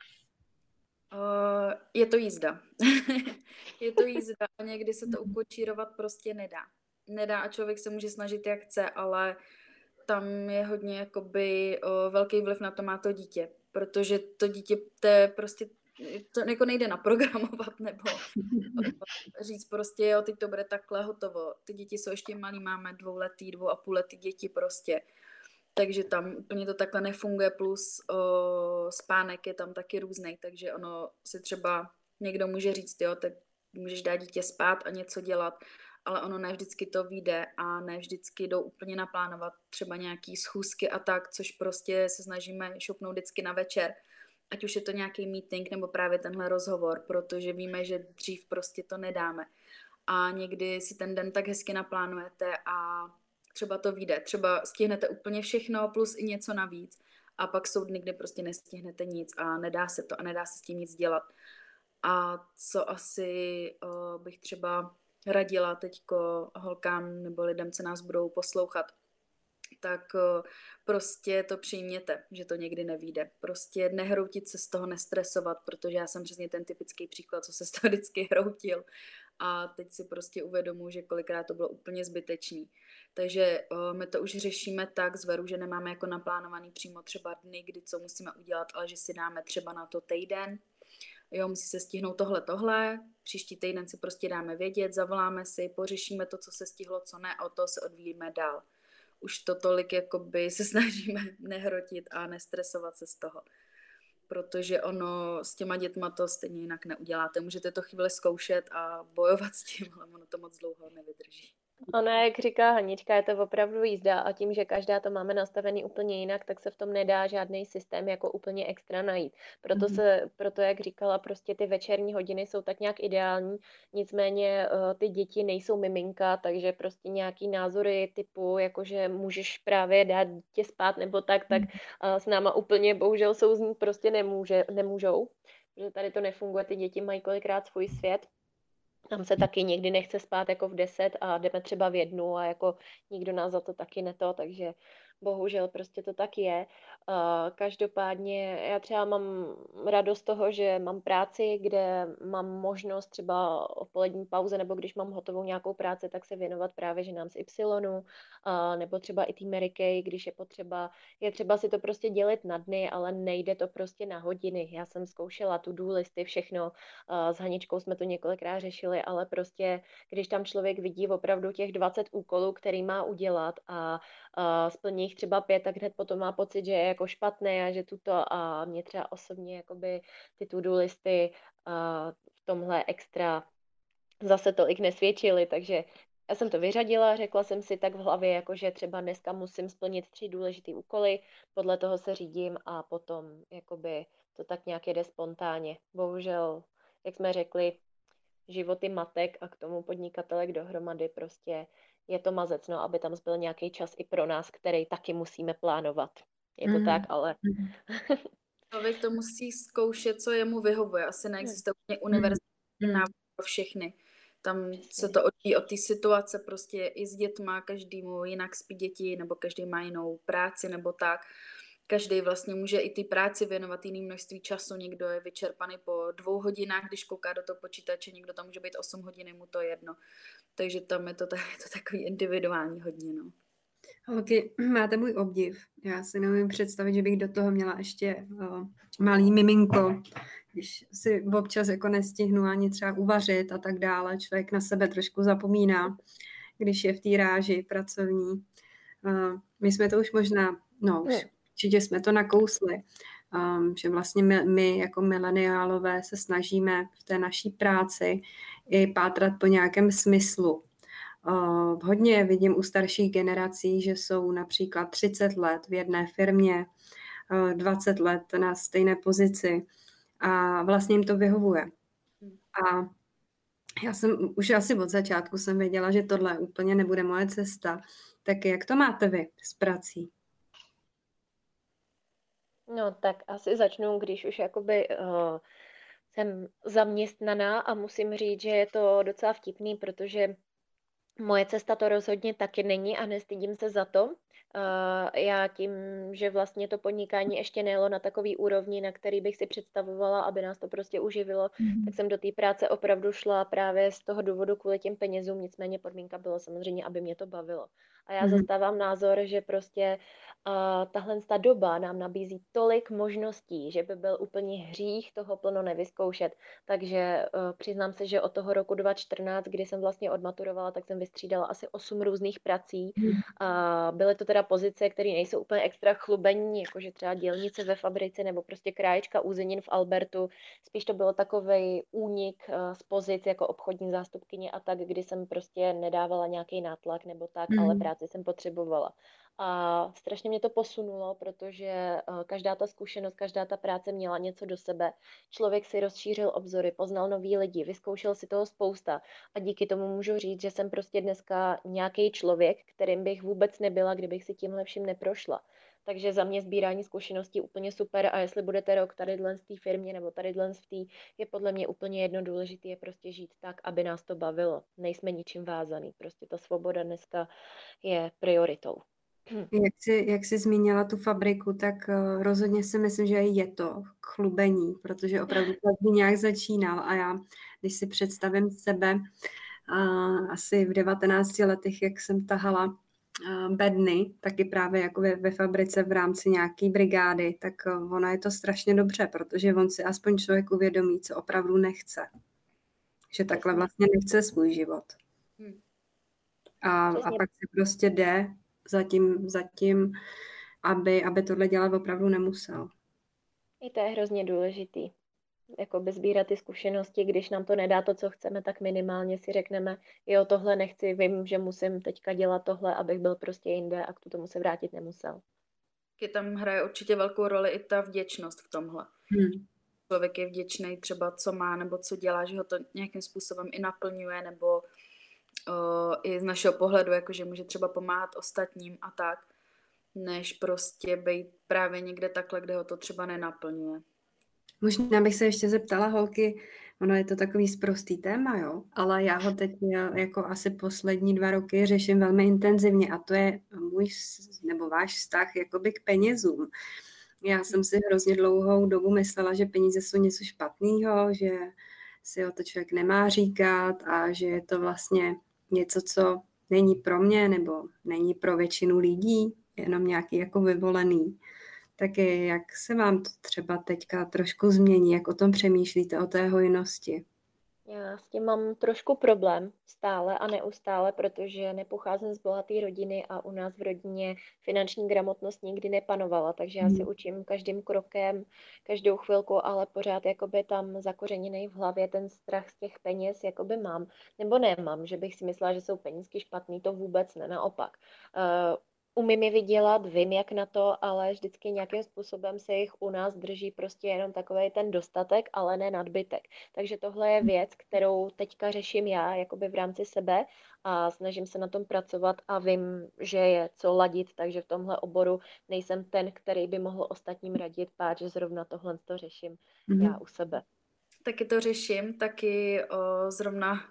Uh, je to jízda. je to jízda a někdy se to ukočírovat prostě nedá. Nedá a člověk se může snažit jak chce, ale tam je hodně jakoby uh, velký vliv na to má to dítě, protože to dítě to je prostě to jako nejde naprogramovat nebo říct prostě jo, teď to bude takhle hotovo. Ty děti jsou ještě malý, máme dvouletý, dvou a půl letý děti prostě. Takže tam úplně to takhle nefunguje, plus o, spánek je tam taky různý, takže ono si třeba někdo může říct, jo, tak můžeš dát dítě spát a něco dělat, ale ono ne vždycky to vyjde a ne vždycky jdou úplně naplánovat třeba nějaký schůzky a tak, což prostě se snažíme šoupnout vždycky na večer, ať už je to nějaký meeting nebo právě tenhle rozhovor, protože víme, že dřív prostě to nedáme. A někdy si ten den tak hezky naplánujete a třeba to vyjde, třeba stihnete úplně všechno plus i něco navíc a pak jsou dny, kdy prostě nestihnete nic a nedá se to a nedá se s tím nic dělat. A co asi uh, bych třeba radila teďko holkám nebo lidem, co nás budou poslouchat, tak uh, prostě to přijměte, že to někdy nevyjde. Prostě nehroutit se z toho, nestresovat, protože já jsem přesně ten typický příklad, co se z toho vždycky hroutil. A teď si prostě uvědomuji, že kolikrát to bylo úplně zbytečný. Takže uh, my to už řešíme tak z Veru, že nemáme jako naplánovaný přímo třeba dny, kdy co musíme udělat, ale že si dáme třeba na to týden. Jo, musí se stihnout tohle, tohle. Příští týden si prostě dáme vědět, zavoláme si, pořešíme to, co se stihlo, co ne, a od toho se odvíjíme dál. Už to tolik jakoby se snažíme nehrotit a nestresovat se z toho. Protože ono s těma dětma to stejně jinak neuděláte. Můžete to chvíli zkoušet a bojovat s tím, ale ono to moc dlouho nevydrží. Ono, jak říká Hanička, je to opravdu jízda a tím, že každá to máme nastavený úplně jinak, tak se v tom nedá žádný systém jako úplně extra najít. Proto, se, proto jak říkala, prostě ty večerní hodiny jsou tak nějak ideální, nicméně uh, ty děti nejsou miminka, takže prostě nějaký názory typu, jakože můžeš právě dát dítě spát nebo tak, tak uh, s náma úplně bohužel souznít prostě nemůže, nemůžou, protože tady to nefunguje, ty děti mají kolikrát svůj svět. Tam se taky někdy nechce spát jako v deset a jdeme třeba v jednu a jako nikdo nás za to taky neto, takže bohužel prostě to tak je. Uh, každopádně já třeba mám radost toho, že mám práci, kde mám možnost třeba o polední pauze nebo když mám hotovou nějakou práci, tak se věnovat právě ženám z Y, uh, nebo třeba i té Mary Kay, když je potřeba. Je třeba si to prostě dělit na dny, ale nejde to prostě na hodiny. Já jsem zkoušela to-do listy, všechno. Uh, s Haničkou jsme to několikrát řešili, ale prostě když tam člověk vidí opravdu těch dvacet úkolů, který má udělat a uh, splní jich třeba pět, tak hned potom má pocit, že je jako špatné a že tuto a mě třeba osobně jakoby ty to-do listy uh, v tomhle extra zase tolik nesvědčily, takže já jsem to vyřadila, řekla jsem si tak v hlavě, jako že třeba dneska musím splnit tři důležité úkoly, podle toho se řídím a potom jakoby to tak nějak jede spontánně. Bohužel, jak jsme řekli, životy matek a k tomu podnikatelek dohromady prostě je to mazec, no, aby tam zbyl nějaký čas i pro nás, který taky musíme plánovat. Je to mm. tak, ale... Člověk to musí zkoušet, co jemu vyhovuje. Asi neexistuje úplně univerzální návod pro všechny. Tam se to odvíjí od té situace, prostě i s dětma, každému jinak spí děti, nebo každý má jinou práci, nebo tak. Každý vlastně může i ty práci věnovat jiný množství času. Někdo je vyčerpaný po dvou hodinách, když kouká do toho počítače, někdo tam může být osm hodin, mu to jedno. Takže tam je to, tak, je to takový individuální hodně, no. Holky, máte můj obdiv. Já si neumím představit, že bych do toho měla ještě uh, malý miminko, když si občas jako nestihnu ani třeba uvařit a tak dále. Člověk na sebe trošku zapomíná, když je v té ráži pracovní. Uh, my jsme to už možná, no už určitě jsme to nakousli, um, že vlastně my, my jako mileniálové se snažíme v té naší práci i pátrat po nějakém smyslu. Uh, hodně vidím u starších generací, že jsou například třicet let v jedné firmě, uh, dvacet let na stejné pozici a vlastně jim to vyhovuje. A já jsem už asi od začátku jsem věděla, že tohle úplně nebude moje cesta. Tak jak to máte vy s prací? No tak asi začnu, když už jakoby uh, jsem zaměstnaná a musím říct, že je to docela vtipný, protože moje cesta to rozhodně taky není a nestydím se za to. Uh, já tím, že vlastně to podnikání ještě nejelo na takový úrovni, na který bych si představovala, aby nás to prostě uživilo, mm. tak jsem do té práce opravdu šla právě z toho důvodu kvůli těm penězům, nicméně podmínka byla samozřejmě, aby mě to bavilo. A já mm. zastávám názor, že prostě uh, tahle ta doba nám nabízí tolik možností, že by byl úplně hřích toho plno nevyzkoušet. Takže uh, přiznám se, že od toho roku dva tisíce čtrnáct, kdy jsem vlastně odmaturovala, tak jsem vystřídala asi osm různých prací. Mm. A byly to teda pozice, které nejsou úplně extra chlubení, jakože třeba dělnice ve fabrice nebo prostě kráječka uzenin v Albertu. Spíš to bylo takovej únik uh, z pozic jako obchodní zástupkyně a tak, kdy jsem prostě nedávala nějaký nátlak nebo tak, mm. ale práci jsem potřebovala. A strašně mě to posunulo, protože uh, každá ta zkušenost, každá ta práce měla něco do sebe. Člověk si rozšířil obzory, poznal nový lidi, vyzkoušel si toho spousta a díky tomu můžu říct, že jsem prostě dneska nějaký člověk, kterým bych vůbec nebyla, kdybych si tímhle vším neprošla. Takže za mě sbírání zkušeností úplně super a jestli budete rok tady v té firmě nebo tady v té, je podle mě úplně jedno důležité je prostě žít tak, aby nás to bavilo. Nejsme ničím vázaný, prostě ta svoboda dneska je prioritou. Jak jsi, jak jsi zmínila tu fabriku, tak uh, rozhodně si myslím, že je to chlubení, protože opravdu každý nějak začínal a já, když si představím sebe uh, asi v devatenácti letech, jak jsem tahala uh, bedny, taky právě jako ve, ve fabrice v rámci nějaký brigády, tak uh, ono je to strašně dobře, protože on si aspoň člověk uvědomí, co opravdu nechce. Že takhle vlastně nechce svůj život. A, a pak se prostě jde Zatím, zatím aby, aby tohle dělat opravdu nemusel. I to je hrozně důležitý. Jakoby sbírat ty zkušenosti, když nám to nedá to, co chceme, tak minimálně si řekneme, jo, tohle nechci, vím, že musím teďka dělat tohle, abych byl prostě jinde a k tomu se vrátit nemusel. Tam hraje určitě velkou roli i ta vděčnost v tomhle. Hmm. Člověk je vděčný třeba, co má nebo co dělá, že ho to nějakým způsobem i naplňuje, nebo Uh, i z našeho pohledu, jakože může třeba pomáhat ostatním a tak, než prostě být právě někde takhle, kde ho to třeba nenaplňuje. Možná bych se ještě zeptala holky, ono je to takový sprostý téma, jo, ale já ho teď jako asi poslední dva roky řeším velmi intenzivně a to je můj nebo váš vztah jakoby k penězům. Já jsem si hrozně dlouhou dobu myslela, že peníze jsou něco špatného, že si o to člověk nemá říkat a že je to vlastně něco, co není pro mě nebo není pro většinu lidí, jenom nějaký jako vyvolený. Tak je, jak se vám to třeba teďka trošku změní, jak o tom přemýšlíte, o té hojnosti? Já s tím mám trošku problém stále a neustále, protože nepocházím z bohaté rodiny a u nás v rodině finanční gramotnost nikdy nepanovala, takže já se učím každým krokem, každou chvilku, ale pořád jakoby tam zakořeněný v hlavě ten strach z těch peněz jakoby mám, nebo nemám, že bych si myslela, že jsou penízky špatný, to vůbec ne, naopak. Uh, Umím je vydělat, vím jak na to, ale vždycky nějakým způsobem se jich u nás drží prostě jenom takový ten dostatek, ale ne nadbytek. Takže tohle je věc, kterou teďka řeším já jakoby v rámci sebe a snažím se na tom pracovat a vím, že je co ladit, takže v tomhle oboru nejsem ten, který by mohl ostatním radit, páč, že zrovna tohle to řeším mm-hmm. já u sebe. Taky to řeším, taky o, zrovna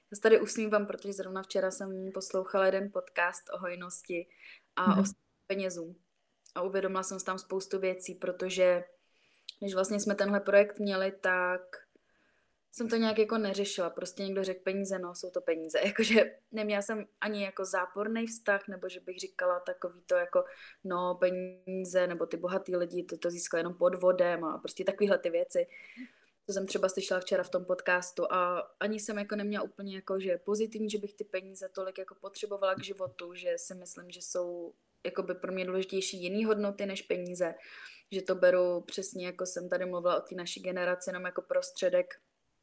Já se tady usmívám, protože zrovna včera jsem poslouchala jeden podcast o hojnosti a o penězům. A uvědomila jsem si tam spoustu věcí, protože když vlastně jsme tenhle projekt měli, tak jsem to nějak jako neřešila. Prostě někdo řekl peníze, no jsou to peníze. Jakože neměla jsem ani jako záporný vztah, nebo že bych říkala takový to jako no peníze, nebo ty bohatý lidi, to, to získali jenom podvodem a prostě takovýhle ty věci. To jsem třeba slyšela včera v tom podcastu a ani jsem jako neměla úplně jako, že pozitivní, že bych ty peníze tolik jako potřebovala k životu, že si myslím, že jsou jakoby pro mě důležitější jiný hodnoty než peníze, že to beru přesně, jako jsem tady mluvila o té naší generaci, jenom jako prostředek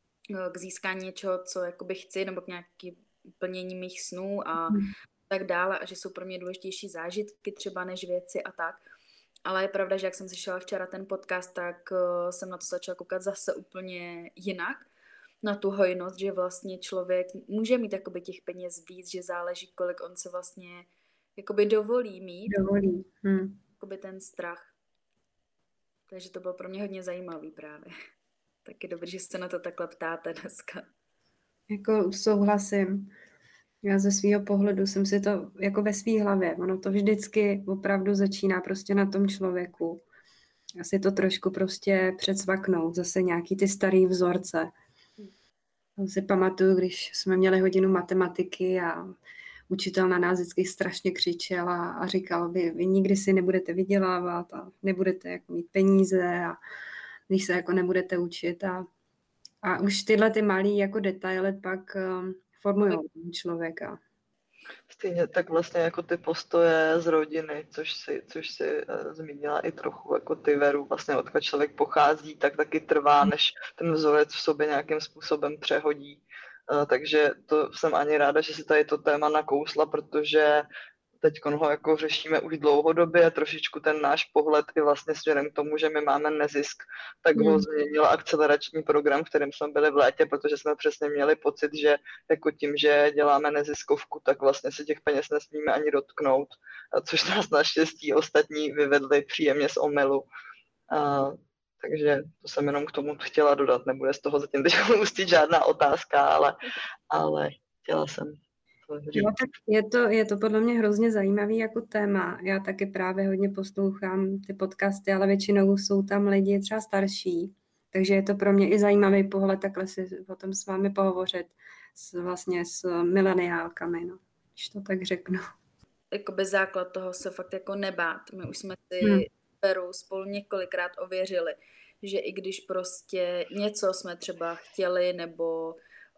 k získání něčeho, co jakoby chci, nebo k nějaký plnění mých snů a tak dále a že jsou pro mě důležitější zážitky třeba než věci a tak. Ale je pravda, že jak jsem slyšela včera ten podcast, tak uh, jsem na to začala koukat zase úplně jinak, na tu hojnost, že vlastně člověk může mít jakoby těch peněz víc, že záleží, kolik on se vlastně jakoby dovolí mít. Dovolí. Hmm. Jakoby ten strach. Takže to bylo pro mě hodně zajímavý právě. Taky dobrý, že se na to takhle ptáte dneska. Jako souhlasím. Já ze svého pohledu jsem si to jako ve svý hlavě. Ono to vždycky opravdu začíná prostě na tom člověku. Asi to trošku prostě předsvaknout. Zase nějaký ty starý vzorce. Já si pamatuju, když jsme měli hodinu matematiky a učitel na nás vždycky strašně křičel a, a říkal, vy, vy nikdy si nebudete vydělávat a nebudete jako mít peníze a když se jako nebudete učit. A, a už tyhle ty malý jako detaily pak um, formují člověka. Stejně tak vlastně jako ty postoje z rodiny, což si, což si uh, zmínila i trochu jako ty Veru, vlastně odkud člověk pochází, tak taky trvá, než ten vzorec v sobě nějakým způsobem přehodí. Uh, takže to jsem ani ráda, že si tady to téma nakousla, protože teď ho jako řešíme už dlouhodobě a trošičku ten náš pohled i vlastně směrem k tomu, že my máme nezisk, tak Hmm. ho změnil akcelerační program, v kterém jsme byli v létě, protože jsme přesně měli pocit, že jako tím, že děláme neziskovku, tak vlastně se těch peněz nesmíme ani dotknout, a což nás naštěstí ostatní vyvedli příjemně z omylu. A, takže to jsem jenom k tomu chtěla dodat, nebude z toho zatím teď ustit žádná otázka, ale, ale chtěla jsem Jo, tak je to, je to podle mě hrozně zajímavý jako téma. Já taky právě hodně poslouchám ty podcasty, ale většinou jsou tam lidi třeba starší, takže je to pro mě i zajímavý pohled takhle si o tom s vámi pohovořit s, vlastně s mileniálkami, no, když to tak řeknu. Jakoby základ toho se fakt jako nebát. My už jsme si Hmm. Veru spolu několikrát ověřili, že i když prostě něco jsme třeba chtěli nebo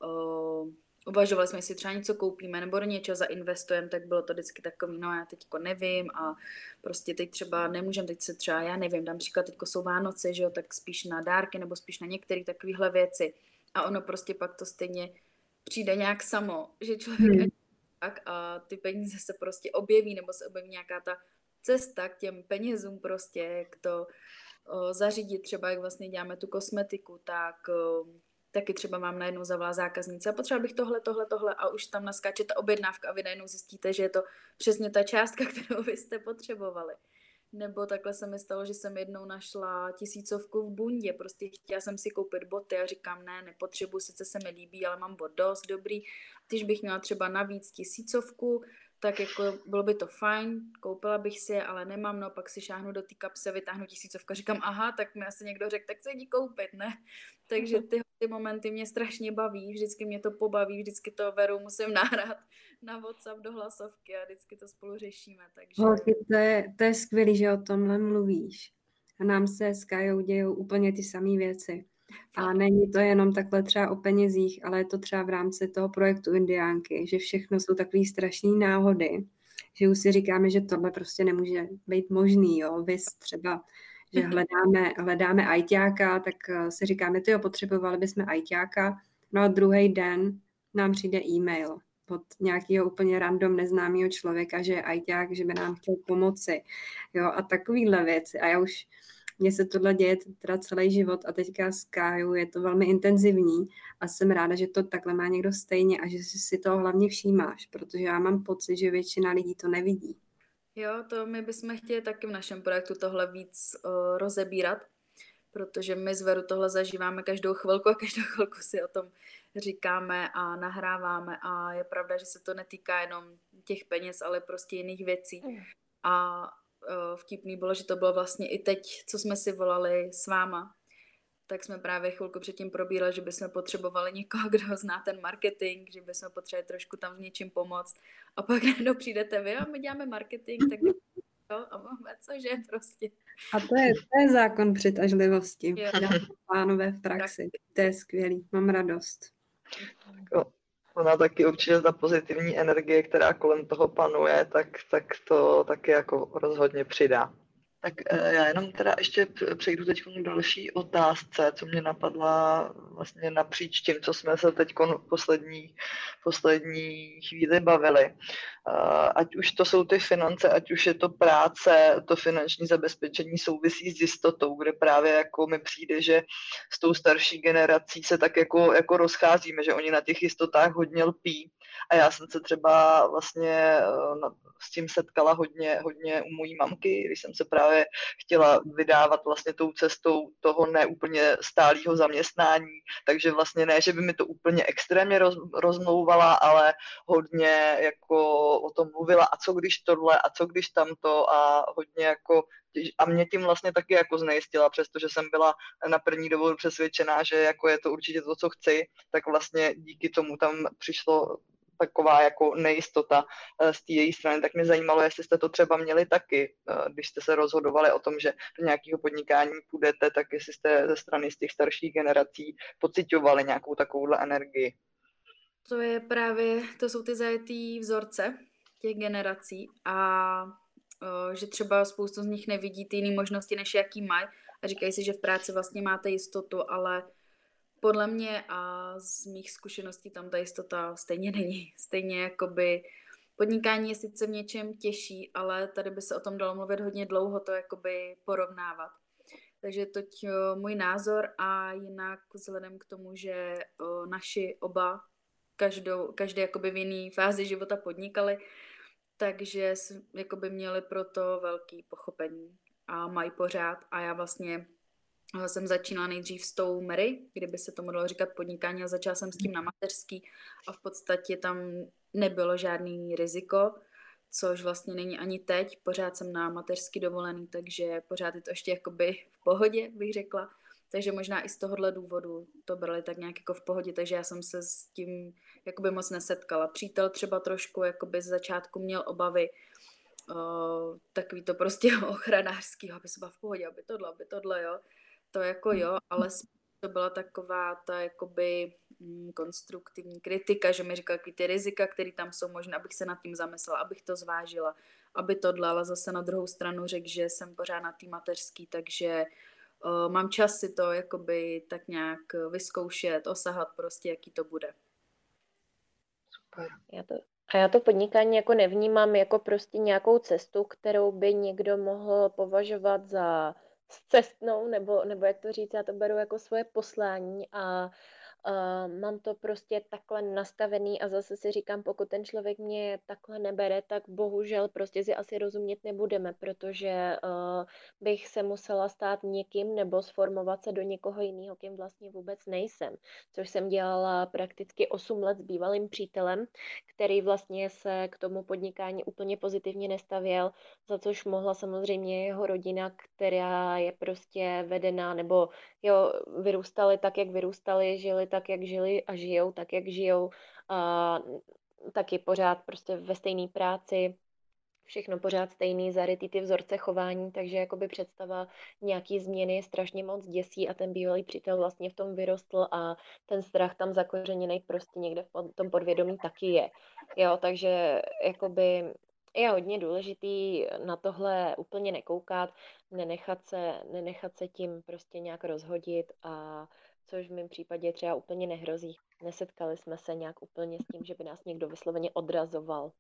uh, uvažovali jsme, jestli třeba něco koupíme nebo do něčeho zainvestujeme, tak bylo to vždycky takový, no já teď nevím a prostě teď třeba nemůžem, teď se třeba, já nevím, dám příklad, teď jsou Vánoce, že jo, tak spíš na dárky nebo spíš na některé takovéhle věci a ono prostě pak to stejně přijde nějak samo, že člověk Hmm. ani tak a ty peníze se prostě objeví nebo se objeví nějaká ta cesta k těm penězům prostě, jak to o, zařídit, třeba jak vlastně děláme tu kosmetiku, tak o, taky třeba vám najednou zavolá zákaznice a potřeba bych tohle, tohle, tohle a už tam naskáče ta objednávka a vy najednou zjistíte, že je to přesně ta částka, kterou vy jste potřebovali. Nebo takhle se mi stalo, že jsem jednou našla tisícovku v bundě, prostě chtěla jsem si koupit boty a říkám, ne, nepotřebuji, sice se mi líbí, ale mám bod dost dobrý, když bych měla třeba navíc tisícovku, tak jako bylo by to fajn, koupila bych si je, ale nemám, no pak si šáhnu do té kapse, vytáhnu tisícovku a říkám, aha, tak mi asi někdo řekl, tak se jdi koupit, ne? Takže ty, ty momenty mě strašně baví, vždycky mě to pobaví, vždycky to Veru musím nahrát na WhatsApp do hlasovky a vždycky to spolu řešíme, takže... Holky, to je, to je skvělý, že o tomhle mluvíš. A nám se s Kajou dějou úplně ty samé věci. A není to jenom takhle třeba o penězích, ale je to třeba v rámci toho projektu Indiánky, že všechno jsou takové strašné náhody, že už si říkáme, že tohle prostě nemůže být možný, jo. Vys třeba, že hledáme, hledáme ajťáka, tak si říkáme, tyjo, potřebovali bychom ajťáka, no a druhý den nám přijde e-mail od nějakého úplně random neznámého člověka, že je ajťák, že by nám chtěl pomoci, jo, a takovýhle věci. A já už mně se tohle děje teda celý život a teďka s Kájou je to velmi intenzivní a jsem ráda, že to takhle má někdo stejně a že si toho hlavně všímáš, protože já mám pocit, že většina lidí to nevidí. Jo, to my bychom chtěli taky v našem projektu tohle víc uh, rozebírat, protože my z Veru tohle zažíváme každou chvilku a každou chvilku si o tom říkáme a nahráváme a je pravda, že se to netýká jenom těch peněz, ale prostě jiných věcí. A uh, vtipný bylo, že to bylo vlastně i teď, co jsme si volali s váma, tak jsme právě chvilku předtím probírali, že bychom potřebovali někoho, kdo zná ten marketing, že bychom potřebovali trošku tam s něčím pomoct. A pak najednou přijdete vy a my děláme marketing, tak jo, a máme cože prostě. A to je, to je zákon přitažlivosti. Jo. Pánové v praxi. To je skvělý. Mám radost. Ona taky určitě ta pozitivní energie, která kolem toho panuje, tak, tak to taky jako rozhodně přidá. Tak já jenom teda ještě přejdu teď k další otázce, co mě napadla vlastně napříč tím, co jsme se teď poslední, poslední chvíli bavili. Ať už to jsou ty finance, ať už je to práce, to finanční zabezpečení souvisí s jistotou, kde právě jako mi přijde, že s tou starší generací se tak jako, jako rozcházíme, že oni na těch jistotách hodně lpí. A já jsem se třeba vlastně s tím setkala hodně, hodně u mojí mamky, když jsem se právě chtěla vydávat vlastně tou cestou toho neúplně stálého zaměstnání, takže vlastně ne, že by mi to úplně extrémně roz, rozmlouvala, ale hodně jako o tom mluvila a co když tohle a co když tamto a hodně jako a mě tím vlastně taky jako znejistila, přestože jsem byla na první dobu přesvědčená, že jako je to určitě to, co chci, tak vlastně díky tomu tam přišlo taková jako nejistota z té její strany, tak mě zajímalo, jestli jste to třeba měli taky, když jste se rozhodovali o tom, že do nějakého podnikání půjdete, tak jestli jste ze strany z těch starších generací pociťovali nějakou takovouhle energii. To je právě, to jsou ty zajetý vzorce těch generací a o, že třeba spoustu z nich nevidí ty jiné možnosti, než jaký mají a říkají si, že v práci vlastně máte jistotu, ale podle mě a z mých zkušeností tam ta jistota stejně není. Stejně jakoby podnikání je sice v něčem těžší, ale tady by se o tom dalo mluvit hodně dlouho, to jakoby porovnávat. Takže to je můj názor a jinak vzhledem k tomu, že o, naši oba každou, každý jakoby v jiný fázi života podnikali, takže jakoby měli proto velký pochopení a mají pořád a já vlastně jsem začínala nejdřív s tou Mary, kdyby se tomu dalo říkat podnikání, a začala jsem s tím na mateřský a v podstatě tam nebylo žádný riziko, což vlastně není ani teď, pořád jsem na mateřský dovolený, takže pořád je to ještě jakoby v pohodě, bych řekla, takže možná i z tohohle důvodu to brali tak nějak jako v pohodě, takže já jsem se s tím jakoby moc nesetkala. Přítel třeba trošku jakoby z začátku měl obavy, uh, takový to prostě ochranářský, aby se byla v pohodě, aby tohle, aby tohle, jo. To jako jo, ale to byla taková ta jakoby mm, konstruktivní kritika, že mi říkala jaký ty rizika, které tam jsou, možná abych se nad tím zamyslela, abych to zvážila, aby tohle, ale zase na druhou stranu řekl, že jsem pořád na té mateřský, takže uh, mám čas si to jakoby tak nějak vyzkoušet, osahat prostě, jaký to bude. Super. Já to, a já to podnikání jako nevnímám jako prostě nějakou cestu, kterou by někdo mohl považovat za cestnou, nebo, nebo jak to říct, já to beru jako svoje poslání a Uh, mám to prostě takhle nastavený a zase si říkám, pokud ten člověk mě takhle nebere, tak bohužel prostě si asi rozumět nebudeme, protože uh, bych se musela stát někým nebo sformovat se do někoho jiného, kým vlastně vůbec nejsem. Což jsem dělala prakticky osm let s bývalým přítelem, který vlastně se k tomu podnikání úplně pozitivně nestavěl, za což mohla samozřejmě jeho rodina, která je prostě vedená, nebo jo, vyrůstali tak, jak vyrůstali, žili tak, jak žili a žijou tak, jak žijou. A taky pořád prostě ve stejné práci, všechno pořád stejný, zarytý ty vzorce chování, takže jakoby představa nějaký změny strašně moc děsí a ten bývalý přítel vlastně v tom vyrostl a ten strach tam zakořeněný prostě někde v tom podvědomí taky je. Jo, takže jakoby je hodně důležitý na tohle úplně nekoukat, nenechat se, nenechat se tím prostě nějak rozhodit, a což v mém případě třeba úplně nehrozí. Nesetkali jsme se nějak úplně s tím, že by nás někdo vysloveně odrazoval.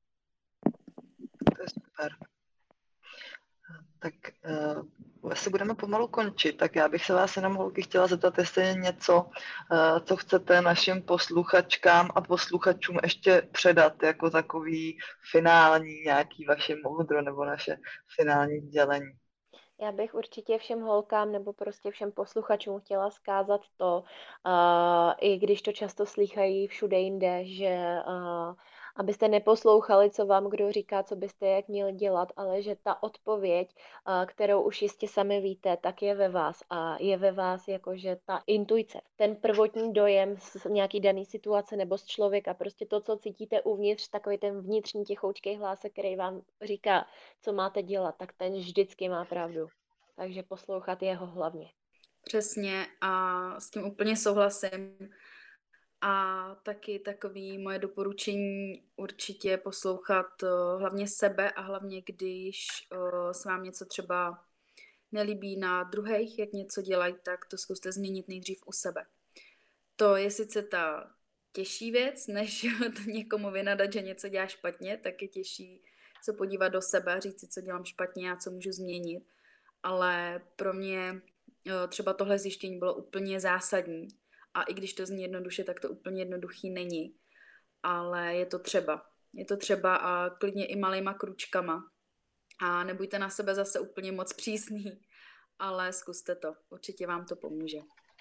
To je super. Tak uh, asi budeme pomalu končit, tak já bych se vás jenom, holky, chtěla zeptat, jestli je něco, uh, co chcete našim posluchačkám a posluchačům ještě předat jako takový finální nějaký vaše moudro nebo naše finální sdělení. Já bych určitě všem holkám nebo prostě všem posluchačům chtěla vzkázat to, uh, i když to často slýchají všude jinde, že uh, abyste neposlouchali, co vám kdo říká, co byste jak měli dělat, ale že ta odpověď, uh, kterou už jistě sami víte, tak je ve vás a je ve vás jakože ta intuice, ten prvotní dojem z nějaký daný situace nebo z člověka, prostě to, co cítíte uvnitř, takový ten vnitřní tichoučkej hlásek, který vám říká, co máte dělat, tak ten vždycky má pravdu. Takže poslouchat jeho hlavně. Přesně a s tím úplně souhlasím. A taky takový moje doporučení určitě poslouchat uh, hlavně sebe a hlavně když uh, se vám něco třeba nelíbí na druhých, jak něco dělají, tak to zkuste změnit nejdřív u sebe. To je sice ta těžší věc, než to někomu vynadat, že něco dělá špatně, tak je těžší se podívat do sebe a říct si, co dělám špatně a co můžu změnit. Ale pro mě třeba tohle zjištění bylo úplně zásadní. A i když to zní jednoduše, tak to úplně jednoduchý není. Ale je to třeba. Je to třeba a klidně i malýma kručkama. A nebuďte na sebe zase úplně moc přísný, ale zkuste to. Určitě vám to pomůže.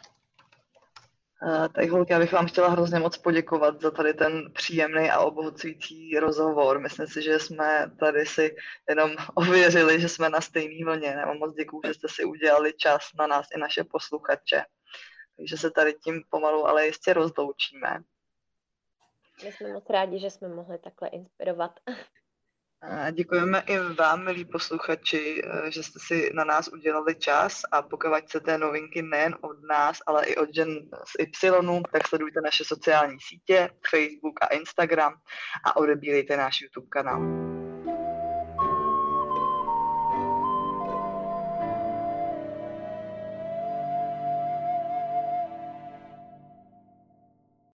Uh, tak holky, já bych vám chtěla hrozně moc poděkovat za tady ten příjemný a obohacující rozhovor. Myslím si, že jsme tady si jenom ověřili, že jsme na stejné vlně. Já vám moc děkuju, že jste si udělali čas na nás i naše posluchače. Takže se tady tím pomalu, ale jistě rozloučíme. My jsme moc rádi, že jsme mohli takhle inspirovat. A děkujeme i vám, milí posluchači, že jste si na nás udělali čas a pokud chcete novinky nejen od nás, ale i od žen z Y, tak sledujte naše sociální sítě, Facebook a Instagram a odebírejte náš YouTube kanál.